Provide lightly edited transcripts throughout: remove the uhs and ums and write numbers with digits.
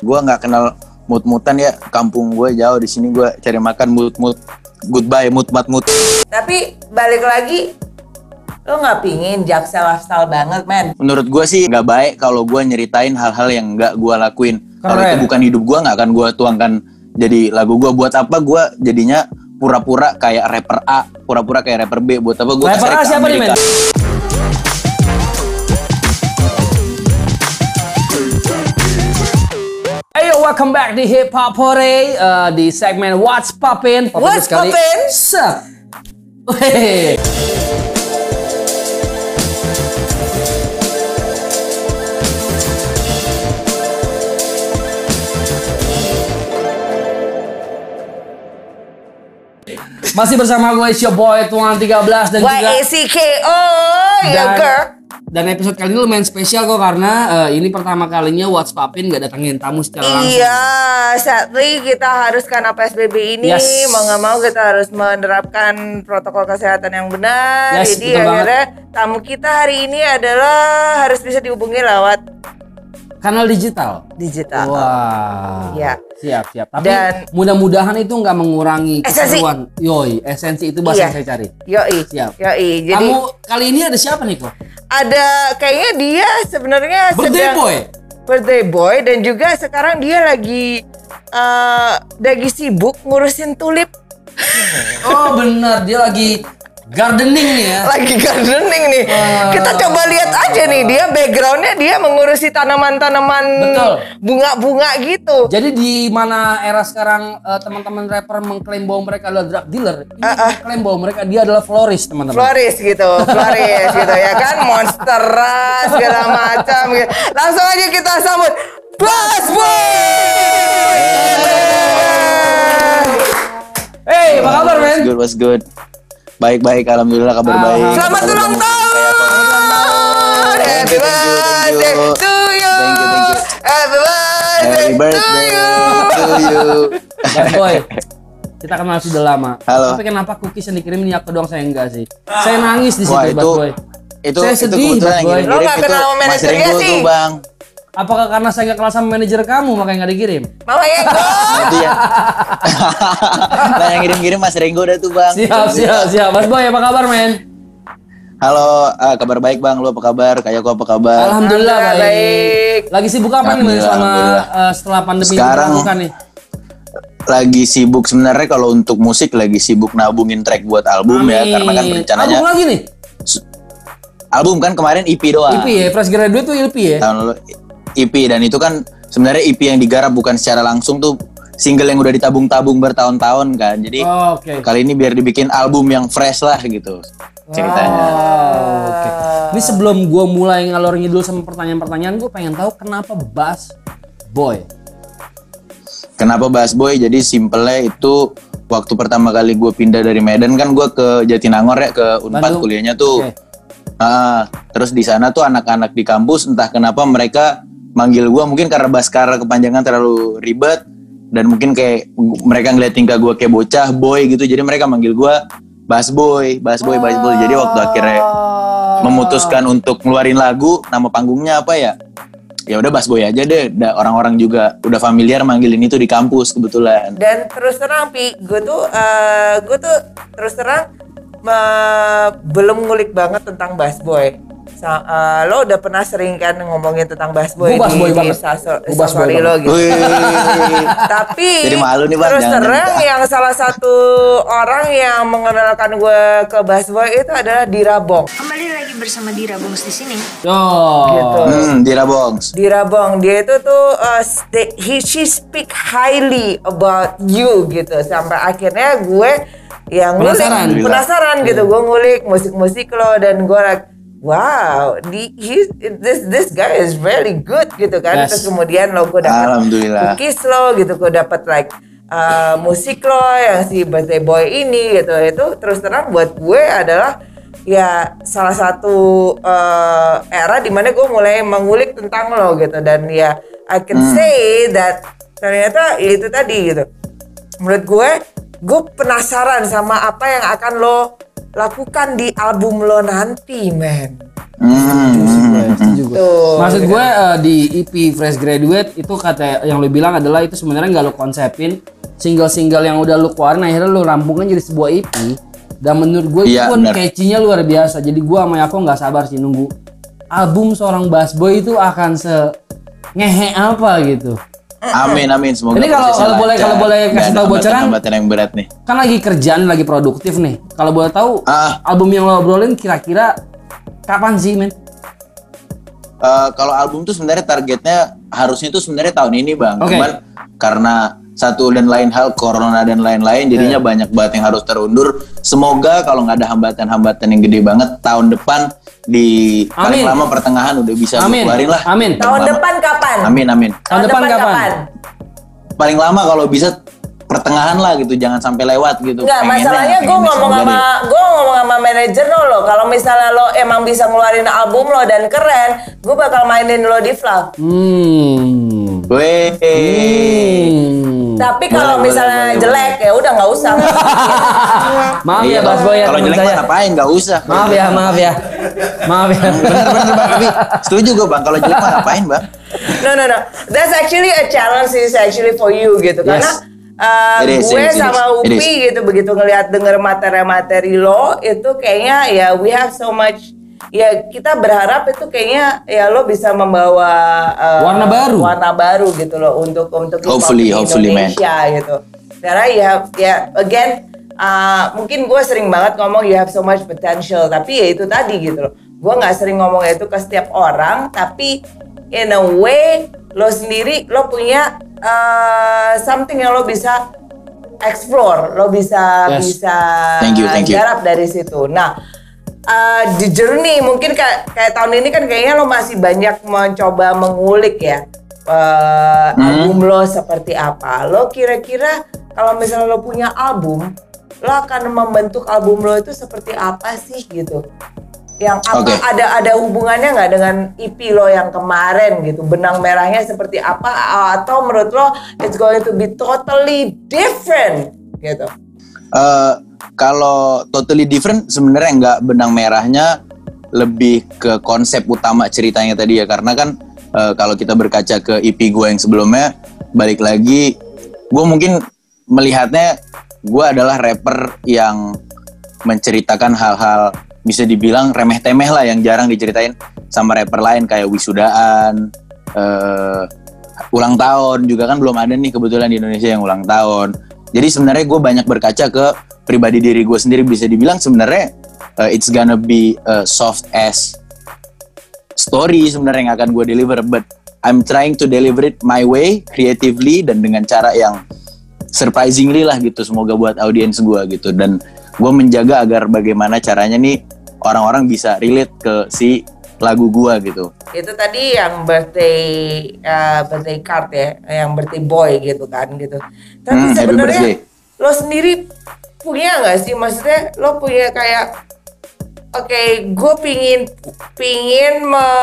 Gue nggak kenal mut-mutan ya, kampung gue jauh, di sini gue cari makan mut-mut, goodbye mut-mat-mut. Tapi balik lagi, lo nggak pingin Jaksel lifestyle banget, men? Menurut gue sih nggak baik kalau gue nyeritain hal-hal yang nggak gue lakuin. Kalau itu bukan hidup gue, nggak akan gue tuangkan jadi lagu gue. Buat apa gue jadinya pura-pura kayak rapper A, pura-pura kayak rapper B? Buat apa gue rapper A siapa nih, men? Ayo, welcome back di Hip Hop Hore, di segmen What's Poppin'. What's Poppin'? Sup? Masih bersama gue, your boy Tuan 13 dan juga YACKO, ya girl. Dan episode kali ini lumayan spesial kok karena ini pertama kalinya What's Poppin' gak datangin tamu secara langsung. Iya, sadly kita harus karena PSBB ini mau nggak mau kita harus menerapkan protokol kesehatan yang benar. Jadi akhirnya tamu kita hari ini adalah harus bisa dihubungi lewat kanal digital. Wah. Ya. Siap. Tapi mudah-mudahan itu nggak mengurangi keseruan. Esensi itu bahasa yang saya cari. Siap. Jadi kamu kali ini ada siapa nih kok? Ada kayaknya dia sebenarnya birthday boy dan juga sekarang dia lagi sibuk ngurusin tulip. Oh benar, dia lagi gardening nih ya. Lagi gardening nih. Kita coba lihat aja nih, dia backgroundnya dia mengurusi tanaman-tanaman bunga-bunga gitu. Jadi di mana era sekarang teman-teman rapper mengklaim bahwa mereka adalah drug dealer, ini mengklaim bahwa mereka dia adalah florist, teman-teman. Florist gitu ya kan, monster segala macam gitu. Langsung aja kita sambut Bass Boy. Hey, apa kabar, men? Was good. Baik, alhamdulillah kabar baik. Selamat ulang tahun. Happy birthday to you. Thank you. Happy birthday to you. Boy, kita kenal sudah lama. Halo. Tapi kenapa cookies yang dikirim ini aku doang, saya enggak sih? Saya nangis di situ, Boy. Saya sedih, Boy. Lo nggak kenal sama manajernya sih, Bang. Apakah karena saya nggak kenal sama manajer kamu makanya nggak dikirim? Mama ya, itu ya. Nah, yang ngirim-ngirim Mas Renggo udah tuh, Bang. Siap. Mas Boy, apa kabar, men? Halo, kabar baik, Bang. Lu apa kabar? Kayak aku apa kabar? Alhamdulillah baik. Lagi sibuk apa nih selama setelah pandemi sekarang ini bukan nih? Lagi sibuk sebenarnya kalau untuk musik lagi sibuk nabungin track buat album. Amin. Ya, karena kan rencananya album lagi nih? Album kan kemarin EP doang. EP ya, Fresh Graduate tuh EP ya? Tahun lalu EP, dan itu kan sebenarnya EP yang digarap bukan secara langsung tuh single yang udah ditabung-tabung bertahun-tahun kan. Jadi kali ini biar dibikin album yang fresh lah gitu ceritanya. Ini sebelum gue mulai ngalor ngidul sama pertanyaan-pertanyaan, gue pengen tahu kenapa Bass Boy? Kenapa Bass Boy? Jadi simpelnya itu waktu pertama kali gue pindah dari Medan kan gue ke Jatinangor ya, ke Unpad kuliahnya tuh. Terus di sana tuh anak-anak di kampus entah kenapa mereka manggil gue, mungkin karena Baskara kepanjangan terlalu ribet dan mungkin kayak mereka ngeliat tingkah gue kayak bocah boy gitu, jadi mereka manggil gue Bass Boy. Jadi waktu akhirnya memutuskan untuk ngeluarin lagu, nama panggungnya apa ya? Ya udah Bass Boy aja deh. Orang-orang juga udah familiar manggilin itu di kampus kebetulan. Dan terus terang Pi, gue tuh terus terang belum ngulik banget tentang Bass Boy. Lo udah pernah sering kan ngomongin tentang Bass Boy di story lo gitu. Tapi jadi malu nih, Bang, terus terang yang salah satu orang yang mengenalkan gue ke Bass Boy itu adalah Dira Bongs. Kembali lagi bersama Dira Bongs di sini. Gitu. Dira Bongs. Dia itu tuh she speak highly about you gitu, sampai akhirnya gue yang penasaran gitu. Gue ngulik musik-musik lo dan gue wow, this guy is really good gitu kan. Terus kemudian lo gue dapet cookies lo gitu, gue dapet musik lo yang si Birthday Boy ini gitu. Itu terus terang buat gue adalah ya salah satu era dimana gue mulai mengulik tentang lo gitu. Dan ya I can say that ternyata ya itu tadi gitu. Menurut gue penasaran sama apa yang akan lo lakukan di album lo nanti, men. Setuju gue. Maksud gue di EP Fresh Graduate itu kata yang lu bilang adalah itu sebenarnya nggak lu konsepin single-single yang udah lu keluarin akhirnya lu rampungin jadi sebuah EP. Dan menurut gue itu pun catchy-nya luar biasa. Jadi gue sama Yako nggak sabar sih nunggu album seorang Bass Boy itu akan ngehe apa gitu. Amin. Semoga ini kalau boleh kasih tahu bocoran yang berat nih. Kan lagi kerjaan, lagi produktif nih. Kalau boleh tahu album yang lo obrolin kira-kira kapan sih, men? Kalau album tuh sebenarnya targetnya harusnya tuh sebenarnya tahun ini, Bang. Cuman karena satu dan lain hal, corona dan lain-lain, jadinya banyak banget yang harus terundur. Semoga kalau nggak ada hambatan-hambatan yang gede banget, tahun depan di paling lama pertengahan udah bisa keluarin lah. Amin. Tahun depan kapan? Amin. Tahun depan kapan? Paling lama kalau bisa pertengahan lah gitu, jangan sampai lewat gitu. Enggak, masalahnya gue ngomong sama manajer lo, kalau misalnya lo emang bisa ngeluarin album lo dan keren, gue bakal mainin lo di vlog. Tapi kalau misalnya jelek ya udah nggak usah. Maaf ya Bass Boy ya. Kalau jelek mah ngapain, nggak usah. Maaf ya. Bener Bang. Tapi setuju gue Bang, kalau jelek mah ngapain Bang? No. That's actually a challenge is actually for you gitu. Karena gue sama Upi gitu begitu denger materi-materi lo itu kayaknya ya we have so much. Ya kita berharap itu kayaknya ya lo bisa membawa warna baru gitu loh untuk hopefully Indonesia gitu. Karena ya again mungkin gue sering banget ngomong you have so much potential, tapi ya itu tadi gitu loh. Gue nggak sering ngomong itu ke setiap orang, tapi in a way lo sendiri lo punya something yang lo bisa explore, lo bisa garap dari situ. Nah, di journey mungkin kayak tahun ini kan kayaknya lo masih banyak mencoba mengulik ya album lo seperti apa. Lo kira-kira kalau misalnya lo punya album, lo akan membentuk album lo itu seperti apa sih gitu? Yang ada hubungannya nggak dengan EP lo yang kemarin gitu? Benang merahnya seperti apa? Atau menurut lo it's going to be totally different gitu? Kalau totally different sebenarnya nggak, benang merahnya lebih ke konsep utama ceritanya tadi ya, karena kan kalau kita berkaca ke EP gue yang sebelumnya, balik lagi gue mungkin melihatnya gue adalah rapper yang menceritakan hal-hal bisa dibilang remeh-temeh lah yang jarang diceritain sama rapper lain kayak wisudaan, ulang tahun juga kan belum ada nih kebetulan di Indonesia yang ulang tahun. Jadi sebenarnya gue banyak berkaca ke pribadi diri gue sendiri, bisa dibilang sebenarnya it's gonna be a soft as story sebenarnya yang akan gue deliver, but I'm trying to deliver it my way, creatively dan dengan cara yang surprisingly lah gitu, semoga buat audiens gue gitu. Dan gue menjaga agar bagaimana caranya nih orang-orang bisa relate ke si lagu gue gitu. Itu tadi yang birthday card ya, yang birthday boy gitu kan gitu. Tapi sebenarnya lo sendiri punya nggak sih, maksudnya lo punya kayak gue pingin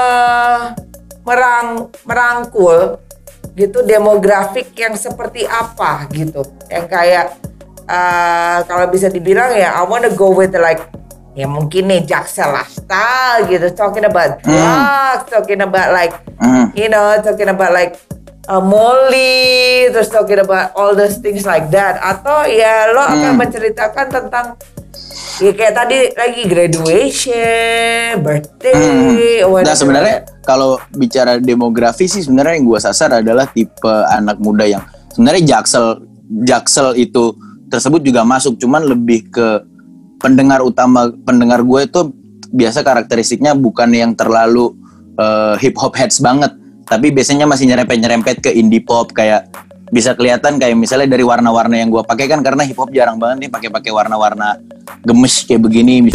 merangkul gitu demografik yang seperti apa gitu, yang kayak kalau bisa dibilang ya I wanna go with like ya mungkin nih Jaksel lifestyle gitu, talking about drugs, talking about like talking about like Molly, terus talking about all those things like that, atau ya lo akan menceritakan tentang ya kayak tadi lagi graduation, birthday. Nah sebenarnya kalau bicara demografi sih sebenarnya yang gue sasar adalah tipe anak muda yang sebenarnya Jaksel itu tersebut juga masuk, cuman lebih ke pendengar gue itu biasa karakteristiknya bukan yang terlalu hip hop heads banget, tapi biasanya masih nyerempet ke indie pop. Kayak bisa kelihatan kayak misalnya dari warna-warna yang gue pakai kan, karena hip hop jarang banget nih pakai warna-warna gemes kayak begini.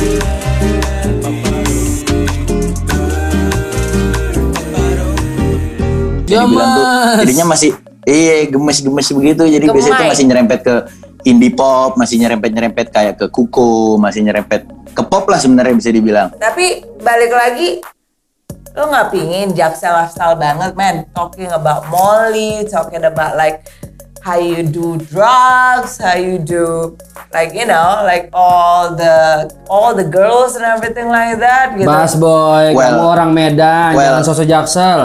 Jadinya masih gemes begitu, jadi biasanya itu masih nyerempet ke indie pop, masih nyerempet kayak ke kuko, masih nyerempet ke pop lah sebenarnya bisa dibilang. Tapi balik lagi, lo nggak pingin Jaksel lifestyle banget, man. Talking about Molly, talking about like how you do drugs, how you do like you know like all the girls and everything like that gitu. Busboy, kamu orang Medan, jangan sosok Jaksel.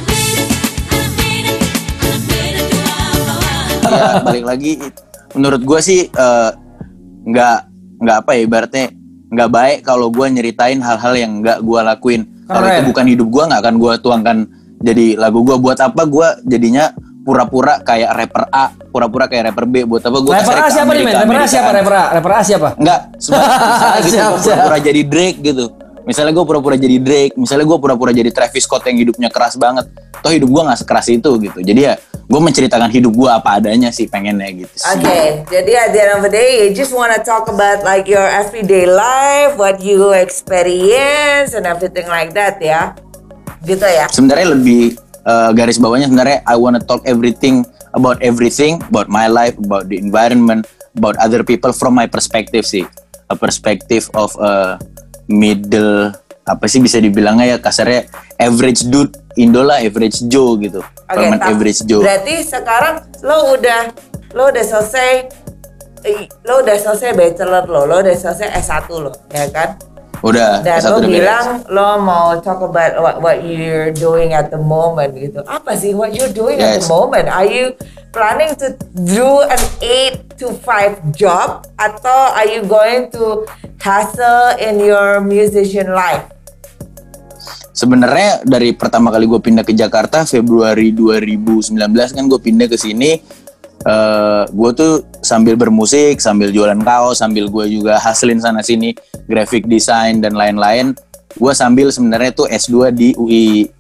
Ya balik lagi, menurut gue sih nggak apa ya, ibaratnya nggak baik kalau gue nyeritain hal-hal yang nggak gue lakuin. Kalau itu bukan hidup gue, nggak akan gue tuangkan jadi lagu gue. Buat apa gue jadinya pura-pura kayak rapper A, pura-pura kayak rapper B. Buat apa gue rapper A siapa nih men? Rapper A siapa? Rapper A siapa? Enggak, misalnya gitu, pura-pura jadi Drake gitu. Misalnya gue pura-pura jadi Drake, misalnya gue pura-pura jadi Travis Scott yang hidupnya keras banget. Toh hidup gue nggak sekeras itu gitu. Jadi ya gue menceritakan hidup gue apa adanya sih, pengennya gitu. Okay, jadi at the end of the day, you just wanna talk about like your everyday life, what you experience and everything like that ya, gitu ya. Sebenarnya lebih garis bawahnya sebenarnya I wanna talk about everything, about my life, about the environment, about other people from my perspective sih, a perspective of middle, apa sih bisa dibilangnya ya kasarnya average dude Indo lah, average Joe gitu. Okay, average Joe. Berarti sekarang lo udah selesai bachelor lo udah selesai S1 lo, ya kan? Udah. Dan lo bilang lo mau talk about what you're doing at the moment gitu. Apa sih what you're doing at the moment? Are you planning to do an 8 to 5 job atau are you going to hustle in your musician life? Sebenarnya dari pertama kali gue pindah ke Jakarta Februari 2019 kan gue pindah ke sini, gue tuh sambil bermusik, sambil jualan kaos, sambil gue juga hustlein sana sini, graphic design dan lain-lain. Gue sambil sebenarnya tuh S2 di UI.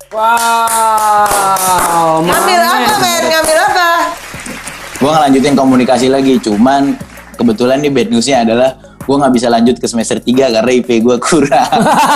Wow. Ngambil apa men? Ngambil apa? Gue ngelanjutin komunikasi lagi, cuman kebetulan nih bad newsnya adalah gue nggak bisa lanjut ke semester 3 karena IP gue kurang.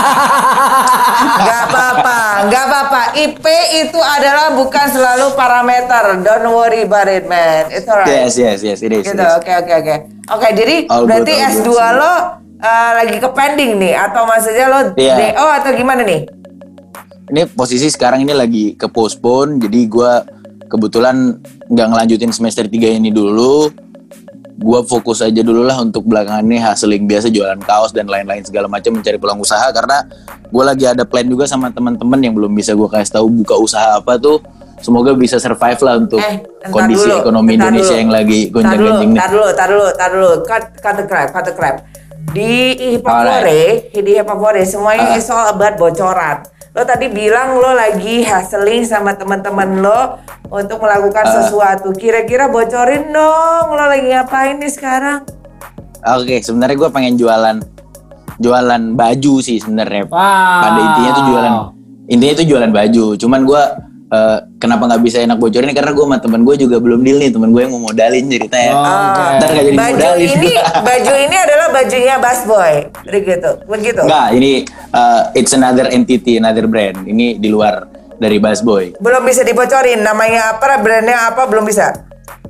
Gak apa-apa. IP itu adalah bukan selalu parameter. Don't worry about it, man. It's alright. Yes, it is. Gitu, oke. Jadi berarti S2 lo lagi ke pending nih, atau maksudnya lo DO atau gimana nih? Ini posisi sekarang ini lagi ke postpone, jadi gue kebetulan nggak ngelanjutin semester 3 ini dulu. Gue fokus aja dulu lah untuk belakangan ini hustling biasa, jualan kaos dan lain-lain segala macam, mencari peluang usaha karena gue lagi ada plan juga sama teman-teman yang belum bisa gue kasih tahu buka usaha apa tuh. Semoga bisa survive lah untuk kondisi ekonomi Indonesia yang lagi gonjang-ganjing nih. Tar dulu. Cut the crap. Di Hipafore semuanya is all about bocoran. Lo tadi bilang lo lagi hustling sama teman-teman lo untuk melakukan sesuatu. Kira-kira bocorin dong, lo lagi ngapain nih sekarang? Oke, sebenarnya gue pengen jualan baju sih sebenarnya. Pada intinya itu jualan baju. Cuman gue kenapa nggak bisa enak bocorin karena gue sama temen gue juga belum deal nih, temen gue yang mau modalin ceritanya. Ntar nggak jadi modalin. Baju ini adalah bajunya Busboy, begitu. Nggak, ini it's another entity, another brand. Ini di luar dari Busboy. Belum bisa dibocorin namanya apa, brandnya apa, belum bisa.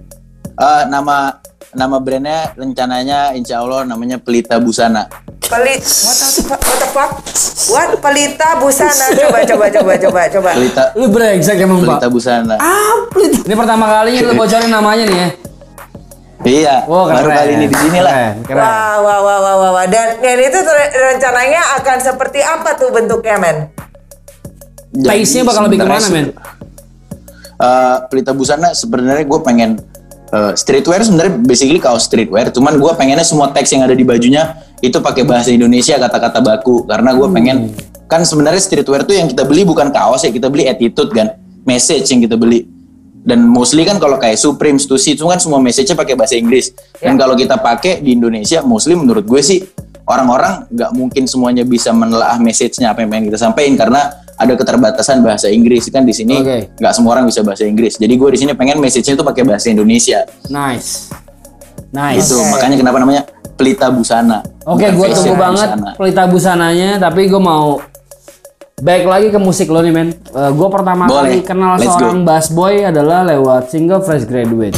Nama brandnya rencananya insya Allah namanya Pelita Busana. What the fuck? What? Pelita Busana. Coba. Pelita. Lu brengsek emang, Pak. Pelita Busana. Pelita. Ini pertama kalinya lu bocorin namanya nih ya. Iya. Baru kali ini di sini lah. Wah. Dan itu rencananya akan seperti apa tuh bentuknya, men? Taste-nya bakal lebih kemana, men? Pelita Busana sebenarnya gue pengen streetwear, sebenarnya basically kaos streetwear, cuman gue pengennya semua teks yang ada di bajunya itu pakai bahasa Indonesia, kata-kata baku, karena gue pengen kan sebenarnya streetwear tuh yang kita beli bukan kaos ya, kita beli attitude kan, message yang kita beli, dan mostly kan kalau kayak Supreme, Stussy itu kan semua message-nya pakai bahasa Inggris, dan kalau kita pakai di Indonesia mostly menurut gue sih orang-orang nggak mungkin semuanya bisa menelaah message-nya apa yang pengen kita sampaikan karena ada keterbatasan bahasa Inggris kan di sini, nggak semua orang bisa bahasa Inggris. Jadi gue di sini pengen message-nya itu pakai bahasa Indonesia. Nice. Itu makanya kenapa namanya Pelita Busana. Oke, gue tunggu banget Pelita Busananya. Tapi gue mau back lagi ke musik lo nih, men. Gue pertama kali kenal seorang Busboy adalah lewat single Fresh Graduate.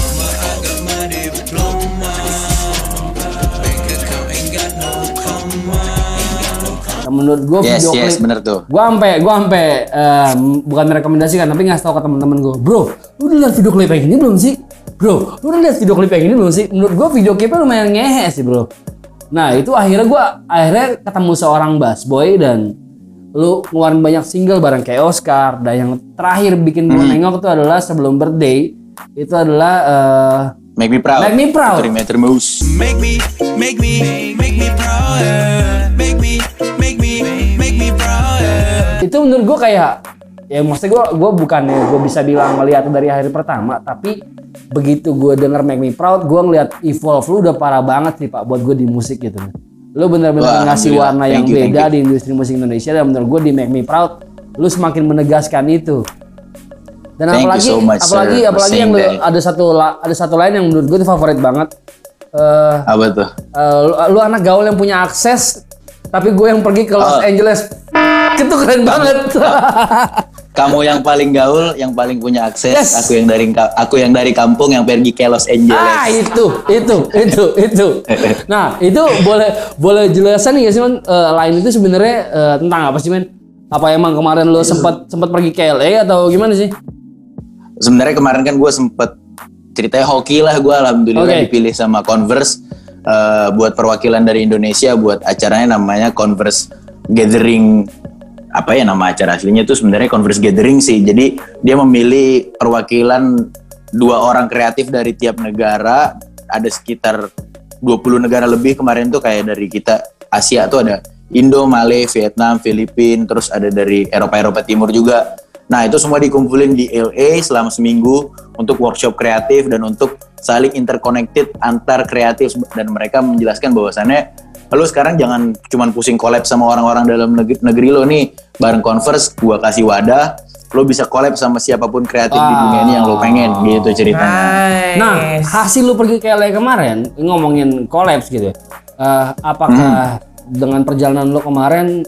Menurut gue video klip, bener tuh. Gue sampai bukan merekomendasikan tapi ngasih tau ke teman-teman gue, bro, lu udah lihat video klip yang ini belum sih? Bro, lu udah liat video klip yang ini belum sih? Menurut gue video klipnya lumayan ngehe sih bro. Nah itu akhirnya gue ketemu seorang busboy dan lu ngeluarin banyak single bareng kayak Oscar. Dan yang terakhir bikin gue nengok itu adalah sebelum birthday. Itu adalah Make Me Proud. Make Me Proud. Dari Meter Mouse. Make me proud. Make me proud. Itu menurut gue kayak, ya maksudnya gue bukannya gue bisa bilang ngeliat dari hari pertama, tapi begitu gue denger Make Me Proud, gue ngeliat evolve lu udah parah banget sih pak buat gue di musik gitu. Lu bener-bener ngasih warna yang beda di industri musik Indonesia, dan menurut gue di Make Me Proud lu semakin menegaskan itu. Dan apalagi yang ada satu lain yang menurut gue itu favorit banget. Apa tuh? Lu anak gaul yang punya akses, tapi gue yang pergi ke Los Angeles. Itu keren banget. Kamu yang paling gaul, yang paling punya akses. Yes. Aku yang dari kampung yang pergi ke Los Angeles. Itu. Nah, itu boleh jelasan nggak sih man? Lain itu sebenarnya tentang apa sih man? Apa emang kemarin lo sempat pergi ke LA atau gimana sih? Sebenarnya kemarin kan gue sempet ceritanya hoki lah, gue alhamdulillah dipilih sama Converse buat perwakilan dari Indonesia buat acaranya namanya Converse Gathering. Apa ya nama acara aslinya itu sebenarnya Converse Gathering sih. Jadi dia memilih perwakilan 2 orang kreatif dari tiap negara. Ada sekitar 20 negara lebih kemarin tuh, kayak dari kita Asia tuh ada Indo, Malay, Vietnam, Filipina, terus ada dari Eropa Timur juga. Nah itu semua dikumpulin di LA selama seminggu untuk workshop kreatif dan untuk saling interconnected antar kreatif, dan mereka menjelaskan bahwasannya lu sekarang jangan cuman pusing collab sama orang-orang dalam negeri lo nih, bareng Converse gua kasih wadah, lo bisa collab sama siapapun kreatif di dunia ini yang lo pengen, gitu ceritanya. Nah hasil lu pergi ke LA kemarin ngomongin collabs gitu ya, apakah dengan perjalanan lo kemarin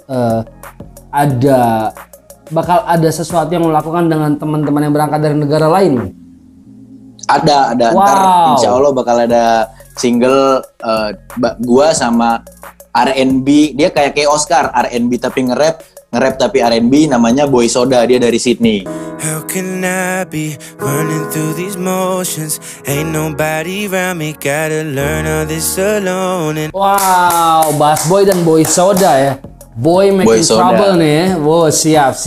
bakal ada sesuatu yang lo lakukan dengan teman-teman yang berangkat dari negara lain? Ada. Wow. Ntar insya Allah bakal ada single gua sama R&B. Dia kayak Oscar, R&B tapi nge-rap tapi R&B, namanya Boy Soda, dia dari Sydney. How can I be running through these motions? Ain't nobody around me, gotta learn all this alone. Wow, Busboy dan Boy Soda ya. Boy Making Trouble nih ya. Wow, siap.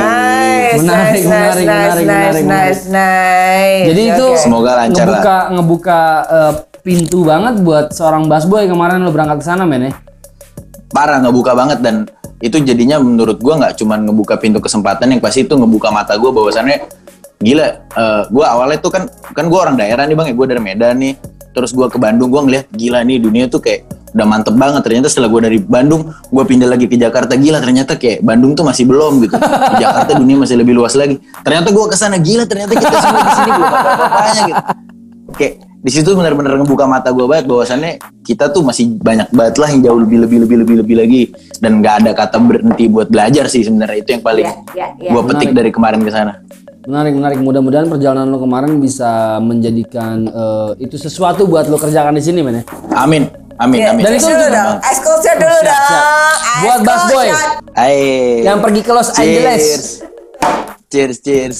Nice. Jadi itu semoga lancar ngebuka pintu banget buat seorang busboy kemarin lo berangkat ke sana men ya. Parah, ngebuka banget, dan itu jadinya menurut gua nggak cuma ngebuka pintu kesempatan, yang pasti itu ngebuka mata gua bahwasannya gila. Gua awalnya tuh kan gua orang daerah nih bang ya, gua dari Medan nih. Terus gue ke Bandung, gue ngeliat gila nih dunia tuh kayak udah mantep banget. Ternyata setelah gue dari Bandung, gue pindah lagi ke Jakarta, gila ternyata kayak Bandung tuh masih belum gitu. Di Jakarta dunia masih lebih luas lagi. Ternyata gue kesana, gila ternyata kita semua di sini belum apa-apanya gitu. Kayak di situ benar-benar ngebuka mata gue banget bahwasannya kita tuh masih banyak banget lah yang jauh lebih lagi. Dan nggak ada kata berhenti buat belajar sih sebenarnya, itu yang paling gue petik dari kemarin ke sana. Menarik. Mudah-mudahan perjalanan lo kemarin bisa menjadikan itu sesuatu buat lo kerjakan di sini, men ya. Amin. Dan itu dulu dong. Ice cold shot dulu dong. Buat busboy. Yang pergi ke Los Angeles. Cheers.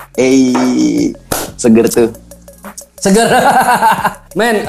Seger tuh. Men,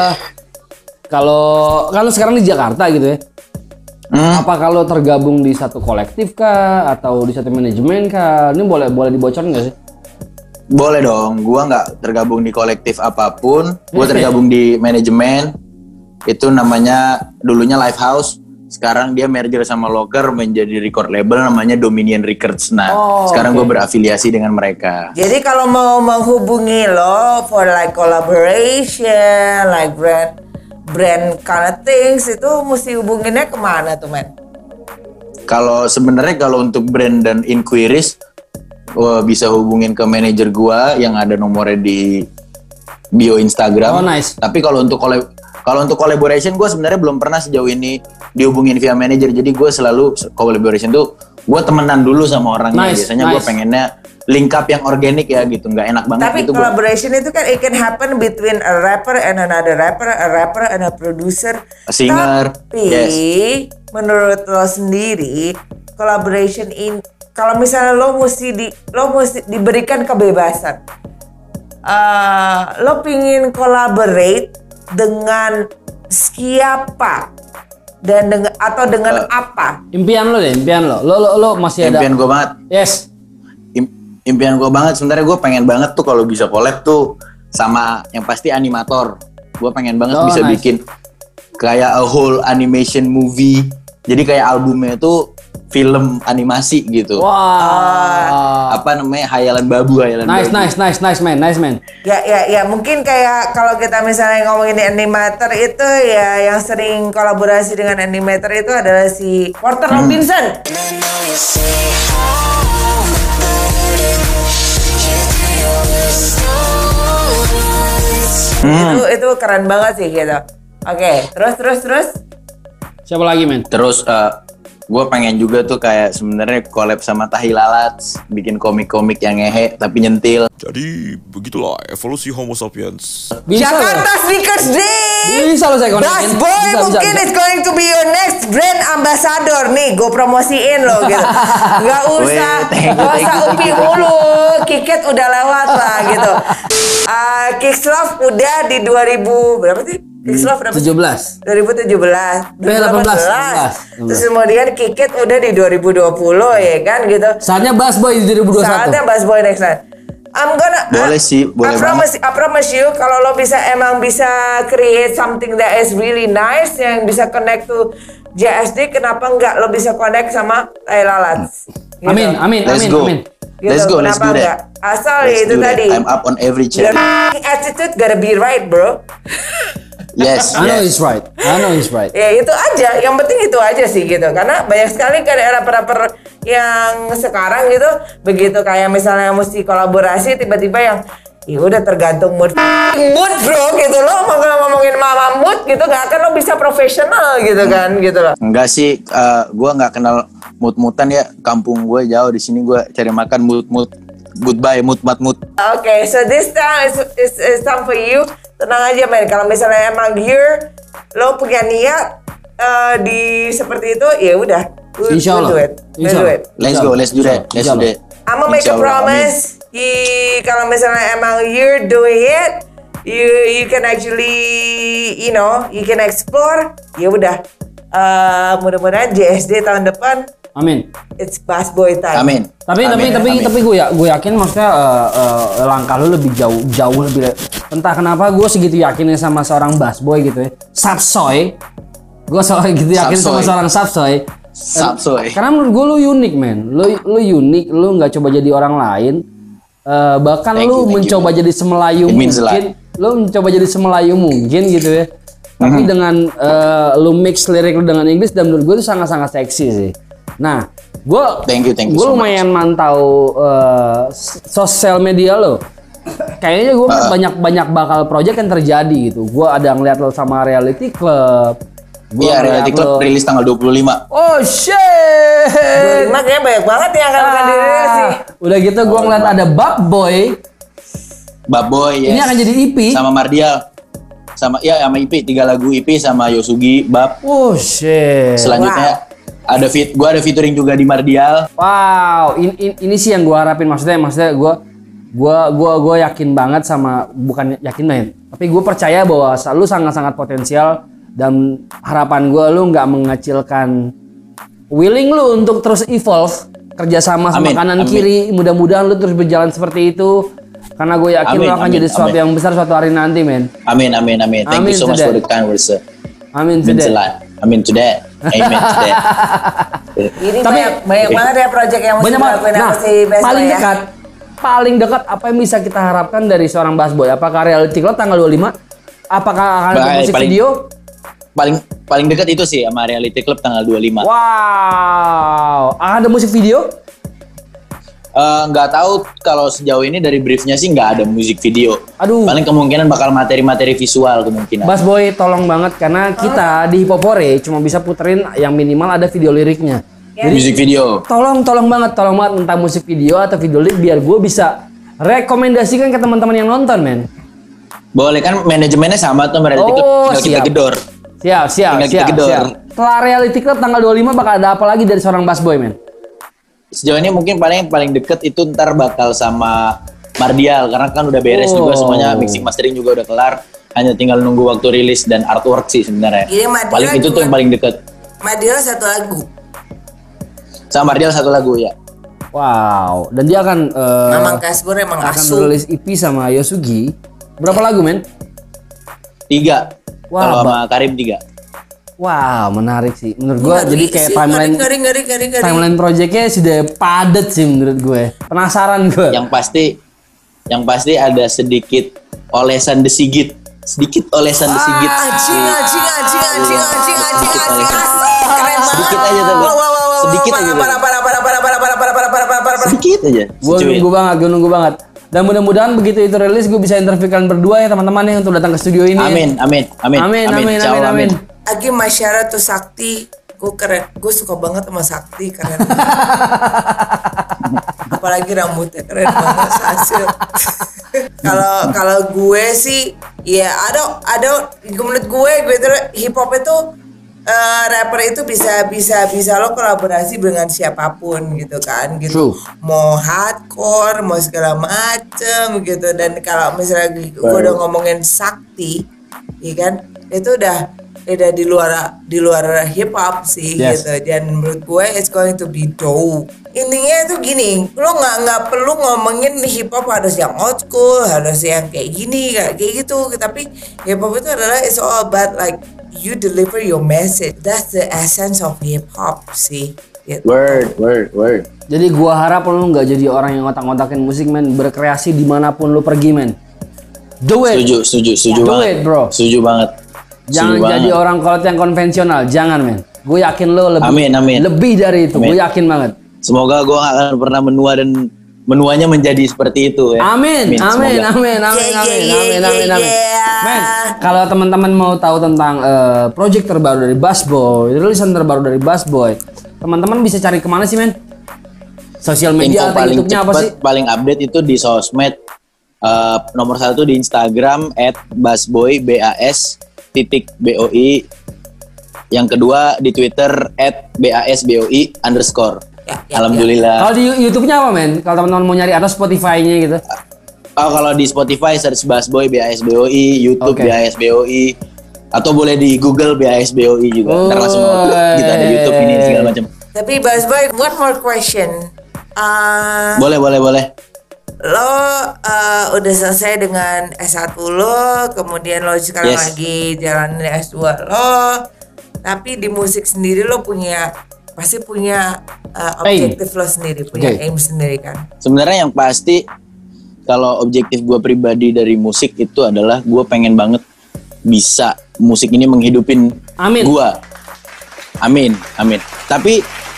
kalau sekarang di Jakarta gitu ya. Apa kalau tergabung di satu kolektif kah atau di satu manajemen kah? Ini boleh dibocorin nggak sih? Boleh dong. Gua nggak tergabung di kolektif apapun. Gua tergabung di manajemen. Itu namanya dulunya Lifehouse. Sekarang dia merger sama Locker menjadi record label namanya Dominion Records. Nah, sekarang gue berafiliasi dengan mereka. Jadi kalau mau menghubungi lo for like collaboration, like brand kind of things, itu mesti hubunginnya kemana tuh men? Kalau sebenarnya kalau untuk brand dan inquiries, bisa hubungin ke manajer gua yang ada nomornya di bio Instagram. Oh nice. Tapi kalau untuk collaboration gue sebenarnya belum pernah sejauh ini dihubungin via manajer. Jadi gue selalu collaboration tuh gue temenan dulu sama orangnya. Biasanya gue pengennya link up yang organik ya gitu, nggak enak banget. Tapi gitu collaboration itu kan it can happen between a rapper and another rapper, a rapper and a producer, a singer. Tapi menurut lo sendiri collaboration ini, kalau misalnya lo mesti diberikan kebebasan, lo pingin collaborate dengan siapa dan dengan apa? Impian lo deh, impian lo. Lo masih ada. Impian gue banget. Yes. Impian gue banget. Sebenarnya gue pengen banget tuh kalau bisa collab tuh sama yang pasti animator. Gue pengen banget bisa bikin kayak a whole animation movie. Jadi kayak albumnya itu film animasi gitu. Wah. Apa namanya? Hayalan Babu. Nice man. Ya, mungkin kayak kalau kita misalnya ngomongin animator itu ya yang sering kolaborasi dengan animator itu adalah si Porter Robinson. Itu keren banget sih gitu. Oke, terus. Siapa lagi, men? Terus gue pengen juga tuh kayak sebenarnya collab sama Tahi Lalat, bikin komik-komik yang ngehe tapi nyentil. Jadi begitulah evolusi Homo sapiens. Jakarta Sneakers Day. Bisa lo saya konekin. Busboy mungkin is going to be your next brand ambassador nih. Gue promosiin lo gitu. Gak usah upi mulu. Kiket udah lewat lah gitu. Kicks Love udah di 2000 berapa sih? Kicks Love berapa? 17. 2017. 18. Terus kemudian Kiket udah di 2020 ya kan gitu. Saatnya Busboy di 2021. Saatnya Busboy next time. Boleh sih, boleh banget. I promise you kalau lo emang bisa create something that is really nice yang bisa connect to JSD, kenapa enggak lo bisa connect sama Tahi Lalat? Gitu. Amin. Let's go, let's do that. Asal itu tadi. I'm up on every channel. Your attitude gotta be right, bro. Yes. I know he's right. Ya itu aja, yang penting itu aja sih gitu. Karena banyak sekali kan rapper-rapper yang sekarang gitu, begitu kayak misalnya mesti kolaborasi tiba-tiba yang ya udah tergantung mood bro gitu. Lo ngomongin mama mood gitu gak akan lo bisa profesional gitu kan gitu loh. Enggak sih, gue nggak kenal mood-moodan ya. Kampung gue jauh, di sini gue cari makan mood. Goodbye mood. Okay, so this time is time for you. Tenang aja men, kalau misalnya emang lo punya niat di seperti itu ya udah. Insya Allah. Let's do that. I'm gonna make a promise. Kalau misalnya emang you're doing it, you can actually, you can explore. Ya udah. Mudah-mudahan JSD tahun depan. Amin. It's Busboy time. Amin. Tapi gue yakin maksudnya langkah lu lebih jauh lebih. Entah kenapa gue segitu yakinnya sama seorang Busboy gitu ya. Sapsoy. Gue gitu yakin sama seorang Sapsoy. Karena menurut gue lu unik men. Lu unik, lu nggak coba jadi orang lain. Bahkan lu mencoba jadi semelayu mungkin. Lu mencoba jadi semelayu mungkin gitu ya. Tapi dengan lu mix lirik lu dengan Inggris dan menurut gue itu sangat-sangat seksi sih. Nah, gue lumayan mantau sosial media lo. Kayaknya gue banyak bakal project yang terjadi gitu. Gue ada ngeliat lo sama Reality Club. Iya, Reality Club rilis tanggal 25. Oh shit. 25 kayaknya banyak banget yang akan dirilis sih. Udah gitu gue ngeliat ada Busboy. Yes. Ini akan jadi EP sama Mardial. Sama EP 3 lagu EP sama Yosugi, Bab. Oh shit. Selanjutnya gue ada featuring juga di Mardial. Wow, ini sih yang gue harapin, maksudnya gue yakin banget sama, bukan yakin banget, tapi gue percaya bahwa lu sangat-sangat potensial dan harapan gue lu nggak mengecilkan willing lu untuk terus evolve kerjasama sama kanan kiri. Mudah-mudahan lu terus berjalan seperti itu karena gue yakin lu akan jadi sesuatu yang besar suatu hari nanti, men. Amin. Thank you so much for the kind words, sir. Amin to that. Ini tapi banyak banget ya project yang mesti dilakuin sama si Busboy paling dekat apa yang bisa kita harapkan dari seorang Busboy? Apakah Reality Club tanggal 25? Apakah akan ada musik video? Paling dekat itu sih sama Reality Club tanggal 25. Wow, ada musik video? Nggak tahu, kalau sejauh ini dari briefnya sih nggak ada musik video. Aduh. Paling kemungkinan bakal materi-materi visual kemungkinan. Busboy tolong banget karena kita di Hipopore cuma bisa puterin yang minimal ada video liriknya. Jadi, musik video. Tolong banget tentang musik video atau video lirik biar gue bisa rekomendasikan ke teman-teman yang nonton, men. Boleh kan, manajemennya sama tuh Reality Club, tinggal kita gedor. Siap. Setelah Reality Club tanggal 25 bakal ada apa lagi dari seorang Busboy, men? Sejauh ini mungkin paling deket itu ntar bakal sama Mardial, karena kan udah beres juga semuanya, mixing mastering juga udah kelar, hanya tinggal nunggu waktu rilis dan artwork sih sebenarnya. Paling itu tuh yang paling deket. Mardial 1 lagu. Sama Mardial 1 lagu ya. Wow, dan dia akan Mamang Kasbur emang akan rilis EP sama Yosugi. Berapa lagu, men? 3. Kalau sama Karim 3. Wow, menarik sih. Menurut gue jadi kayak timeline projectnya sudah padat sih menurut gue. Penasaran gue. Yang pasti ada sedikit olesan The Sigit. Sedikit olesan The Sigit. Sedikit aja tuh. Sedikit aja. Sedikit aja. Gue nunggu banget. Dan mudah-mudahan begitu itu rilis gue bisa interview kalian berdua ya teman-teman yang untuk datang ke studio ini. Amin. Agi Masyara tuh Sakti, gue keren, gue suka banget sama Sakti, keren. Apalagi rambutnya keren banget hasil. Kalau gue sih, ya ada menurut gue itu hip hop itu rapper itu bisa lo kolaborasi dengan siapapun gitu kan, gitu. Mau hardcore, mau segala macem gitu. Dan kalau misalnya gue udah ngomongin Sakti, ya kan, itu udah di luar hip hop sih gitu. Dan menurut gue it's going to be dope. Intinya itu gini, lo nggak perlu ngomongin hip hop harus yang old school, harus yang kayak gini, kayak gitu. Tapi hip hop itu adalah it's all about like you deliver your message. That's the essence of hip hop sih. Gitu. Word. Jadi gua harap lo nggak jadi orang yang otak-otakin musik, men. Berkreasi dimanapun lo pergi, men. Do it. Setuju Do banget. it, bro. Setuju banget. Jangan jadi orang kolot yang konvensional, jangan, men. Gue yakin lo lebih dari itu. Gue yakin banget. Semoga gue gak akan pernah menua dan menuanya menjadi seperti itu ya. Amin. Men, kalau teman-teman mau tahu tentang project terbaru dari Busboy, rilisan terbaru dari Busboy, teman-teman bisa cari kemana sih, men? Sosial media atau YouTube-nya apa sih? Paling update itu di sosmed. Nomor 1 di Instagram @busboy BAS_BOI. Yang kedua di Twitter @BASBOI_. Alhamdulillah. Kalau di YouTube-nya apa, men? Kalau teman-teman mau nyari atau Spotify-nya gitu? Kalau di Spotify search Busboy BASBOI, YouTube BASBOI, atau boleh di Google BASBOI juga. Ntar langsung kita ada YouTube ini segala macam. Tapi Busboy, one more question. Boleh. Lo udah selesai dengan S1 lo, kemudian lo sekarang lagi jalanin S2 lo, tapi di musik sendiri lo pasti punya objektif lo sendiri, punya aim sendiri kan? Sebenarnya yang pasti kalau objektif gue pribadi dari musik itu adalah gue pengen banget bisa musik ini menghidupin gue. Amin. Tapi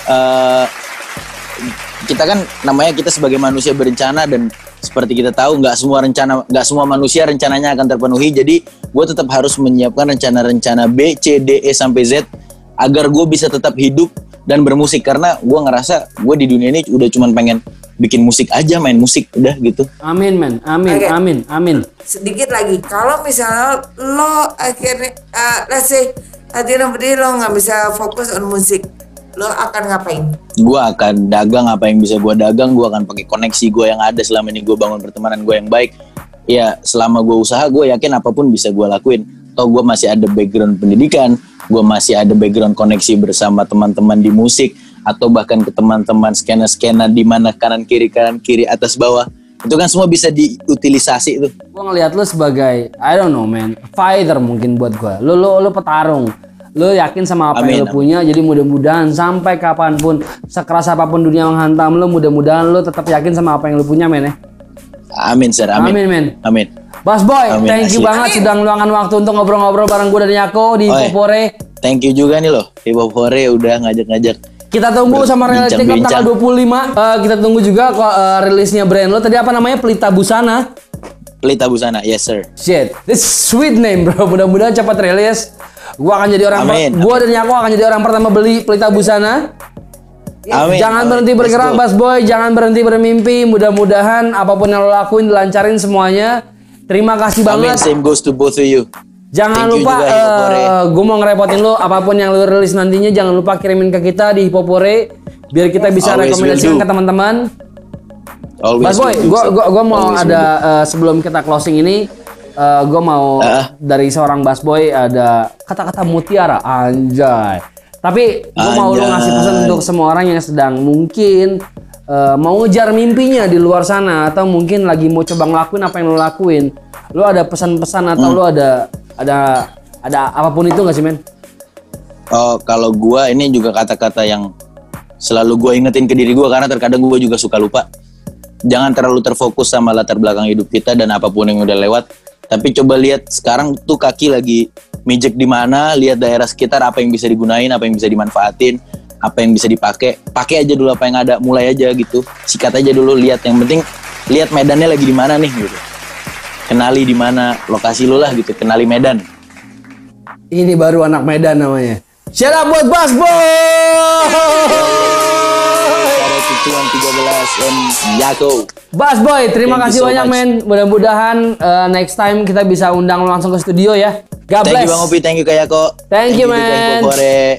kita kan namanya kita sebagai manusia berencana, dan seperti kita tahu nggak semua manusia rencananya akan terpenuhi. Jadi gue tetap harus menyiapkan rencana-rencana B, C, D, E sampai Z agar gue bisa tetap hidup dan bermusik, karena gue ngerasa gue di dunia ini udah cuman pengen bikin musik aja, main musik udah gitu. Amin, men. Amin. Sedikit lagi, kalau misalnya lo akhirnya let's say at the end of the day lo nggak bisa fokus on musik, lo akan ngapain? Gue akan dagang apa yang bisa gue dagang. Gue akan pakai koneksi gue yang ada selama ini. Gue bangun pertemanan gue yang baik. Ya selama gue usaha, gue yakin apapun bisa gue lakuin. Toh gue masih ada background pendidikan, gue masih ada background koneksi bersama teman-teman di musik, atau bahkan ke teman-teman skena-skena di mana kanan kiri atas bawah. Itu kan semua bisa diutilisasi itu. Gue ngelihat lo sebagai I don't know, man, fighter mungkin buat gue. Lo petarung. Lo yakin sama apa yang lo punya, jadi mudah-mudahan sampai kapanpun, sekeras apapun dunia menghantam lo, mudah-mudahan lo tetap yakin sama apa yang lo punya, men ya. Amin, sir. Amin, men. Amin. Busboy, thank you banget sudah meluangkan waktu untuk ngobrol-ngobrol bareng gue dan Yako di Popore. Thank you juga nih loh, di Popore udah ngajak-ngajak. Kita tunggu sama rilis TikTok tanggal 25. Kita tunggu juga rilisnya brand lo. Tadi apa namanya? Pelita Busana. Pelita Busana, yes sir. Shit, this sweet name bro. Mudah-mudahan cepat rilis. Gua akan jadi gua dan Yako akan jadi orang pertama beli Pelita Busana. Amin. Jangan berhenti bergerak, Busboy. Jangan berhenti bermimpi. Mudah-mudahan apapun yang lo lakuin dilancarin semuanya. Terima kasih banget. Amin. Same goes to both of you. Jangan lupa, gue mau ngerepotin lo. Apapun yang lo rilis nantinya, jangan lupa kirimin ke kita di Hipopore biar kita bisa rekomendasikan ke teman-teman. Boy, gue mau ada sebelum kita closing ini, gue mau dari seorang Boy ada kata-kata mutiara, anjay. Tapi gue mau lu ngasih pesan untuk semua orang yang sedang mungkin mau ngejar mimpinya di luar sana, atau mungkin lagi mau coba ngelakuin apa yang lu lakuin. Lu ada pesan-pesan atau lu ada apapun itu nggak sih, men? Oh, kalau gue ini juga kata-kata yang selalu gue ingetin ke diri gue, karena terkadang gue juga suka lupa. Jangan terlalu terfokus sama latar belakang hidup kita dan apapun yang udah lewat. Tapi coba lihat sekarang tuh kaki lagi mijek di mana, lihat daerah sekitar apa yang bisa digunain, apa yang bisa dimanfaatin, apa yang bisa dipakai. Pakai aja dulu apa yang ada, mulai aja gitu. Sikat aja dulu, lihat, yang penting lihat medannya lagi di mana nih gitu. Kenali di mana lokasi lu lah gitu, kenali medan. Ini baru anak Medan namanya. Shout out buat Boy. Tuan 13 and Yako. Boy, terima kasih banyak, men. Mudah-mudahan next time kita bisa undang lo langsung ke studio ya. God bless. Thank you Bang Opi, thank you Kak Yako. Thank you, man.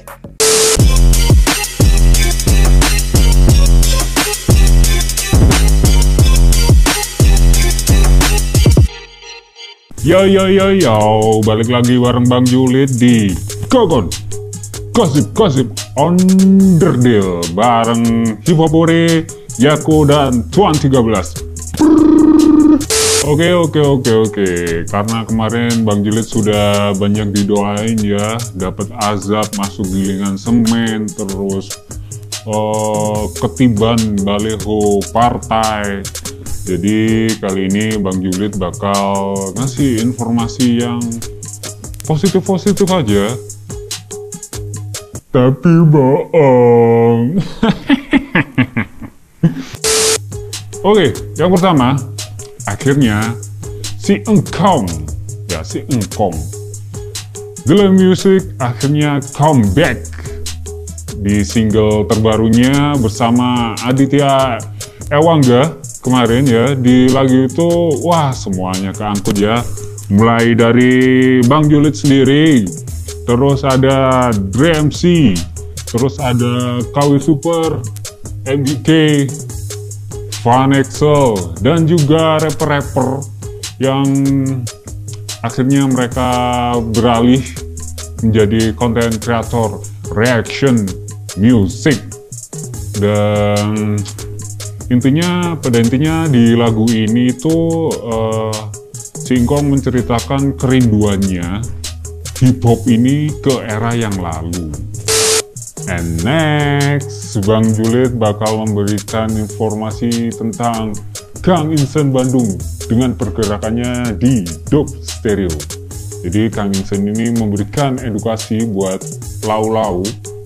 Yo, balik lagi bareng Bang Julid di Gogon Gosip Underdeal bareng Hipopore, Yako dan Tuan 13. Oke. Karena kemarin Bang Julid sudah banyak didoain ya, dapat azab masuk gilingan semen, terus ketiban baliho partai. Jadi kali ini Bang Julid bakal ngasih informasi yang positif aja, tapi bohong. Oke, yang pertama, akhirnya si Engkong Glam Music akhirnya comeback di single terbarunya bersama Aditya Ewangga. Kemarin ya, di lagu itu wah semuanya keangkut ya, mulai dari Bang Julid sendiri, terus ada DreamC, terus ada KW Super, MGK, Van Excel, dan juga rapper-rapper yang akhirnya mereka beralih menjadi konten kreator reaction music. Dan pada intinya di lagu ini tuh Singkong menceritakan kerinduannya hip hop ini ke era yang lalu. And next, Bang Julid bakal memberikan informasi tentang Kang Insen Bandung dengan pergerakannya di Dope Stereo. Jadi Kang Insen ini memberikan edukasi buat lau-lau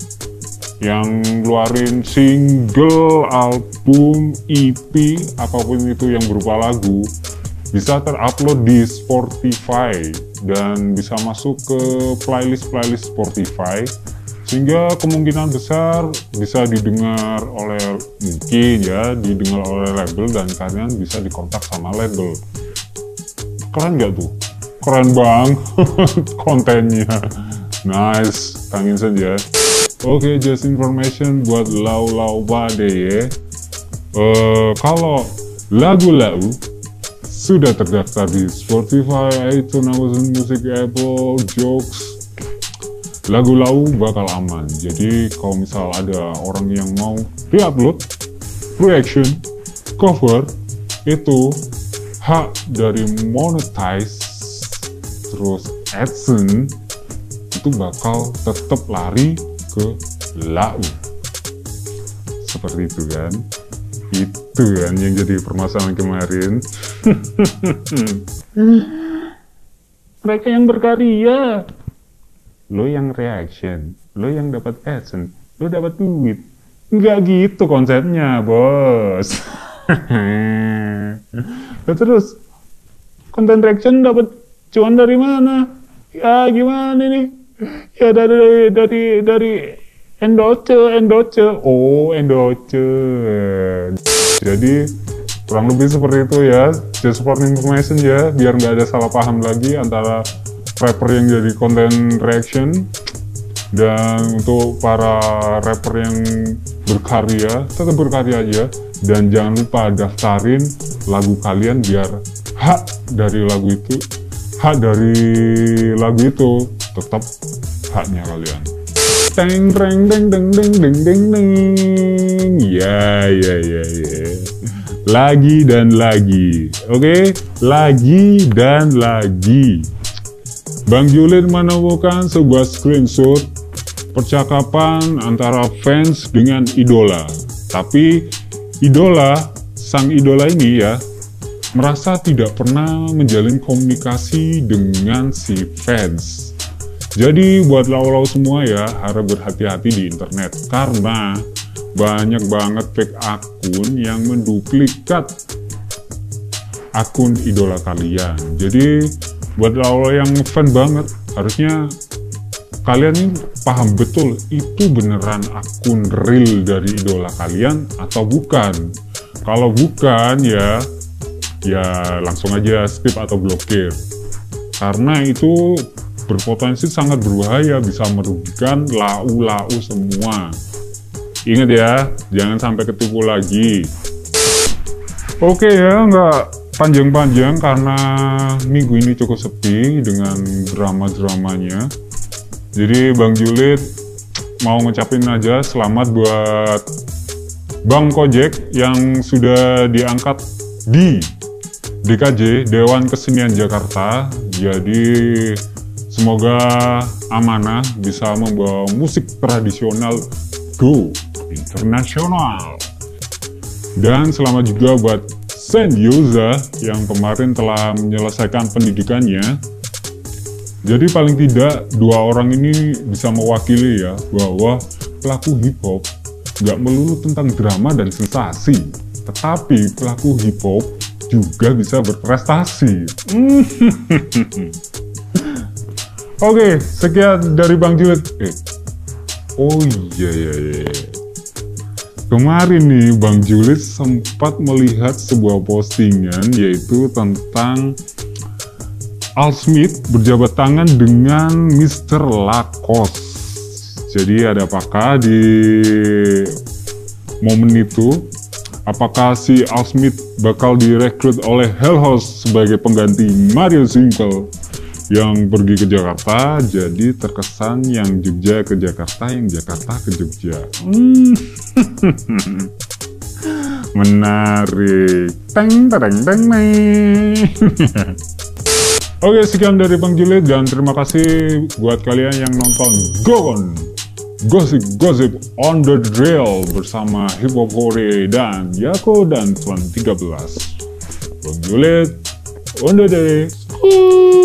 yang ngeluarin single, album, EP, apapun itu yang berupa lagu, bisa terupload di Spotify dan bisa masuk ke playlist Spotify, sehingga kemungkinan besar bisa didengar oleh didengar oleh label dan kalian bisa dikontak sama label. Keren gak tuh? Keren bang kontennya. Nice, Kang Insen ya. Oke, just information buat lau-lau bade ya. Kalau lagu-lau sudah terdaftar di Spotify, iTunes, Amazon Music, Apple, Joox, lagu lau bakal aman. Jadi kalau misal ada orang yang mau re-upload, reaction, cover, itu hak dari monetize, terus AdSense, itu bakal tetap lari ke lau. Seperti itu kan. Itu kan yang jadi permasalahan kemarin. Mereka yang berkarya, lo yang reaction, lo yang dapat AdSense, lo dapat duit. Nggak gitu konsepnya, bos. Terus konten reaction dapat cuan dari mana? Ya gimana nih? Ya dari endoce. Oh, endoce. Jadi kurang lebih seperti itu ya. Just for information ya, biar nggak ada salah paham lagi antara rapper yang jadi konten reaction Dan untuk para rapper yang berkarya, tetap berkarya aja. Dan jangan lupa daftarin lagu kalian biar hak dari lagu itu tetap haknya kalian. Teng teng teng teng teng teng teng teng. Ya. Lagi dan lagi. Oke? Lagi dan lagi. Bang Julid menemukan sebuah screenshot percakapan antara fans dengan idola. Tapi sang idola ini ya merasa tidak pernah menjalin komunikasi dengan si fans. Jadi buat lau-lau semua ya, harap berhati-hati di internet karena banyak banget fake akun yang menduplikat akun idola kalian. Jadi buat lau-lau yang fan banget, harusnya kalian ini paham betul itu beneran akun real dari idola kalian atau bukan. Kalau bukan ya langsung aja skip atau blokir. Karena itu berpotensi sangat berbahaya, bisa merugikan lau-lau semua. Ingat ya, jangan sampai ketipu lagi. Oke ya, nggak panjang-panjang karena minggu ini cukup sepi dengan drama-dramanya. Jadi Bang Julid mau ngucapin aja selamat buat Bang Kojek yang sudah diangkat di DKJ, Dewan Kesenian Jakarta. Jadi semoga amanah bisa membawa musik tradisional go internasional. Dan selamat juga buat Sen Yoza yang kemarin telah menyelesaikan pendidikannya. Jadi paling tidak dua orang ini bisa mewakili ya bahwa pelaku hip hop nggak melulu tentang drama dan sensasi, tetapi pelaku hip hop juga bisa berprestasi. Oke, sekian dari Bang Julid. Oh iya. Kemarin nih Bang Julid sempat melihat sebuah postingan yaitu tentang Al Smith berjabat tangan dengan Mr. Lacoste. Jadi ada apakah di momen itu? Apakah si Al Smith bakal direkrut oleh Hellhouse sebagai pengganti Mario Simple yang pergi ke Jakarta? Jadi terkesan yang Jogja ke Jakarta, yang Jakarta ke Jogja. Menarik. Teng teng teng teng. Oke, sekian dari Bang Julid dan terima kasih buat kalian yang nonton Gogon Gosip on the Drill bersama Hip Hop Hore dan Yako dan Tuan 13. Bang Julid on the day.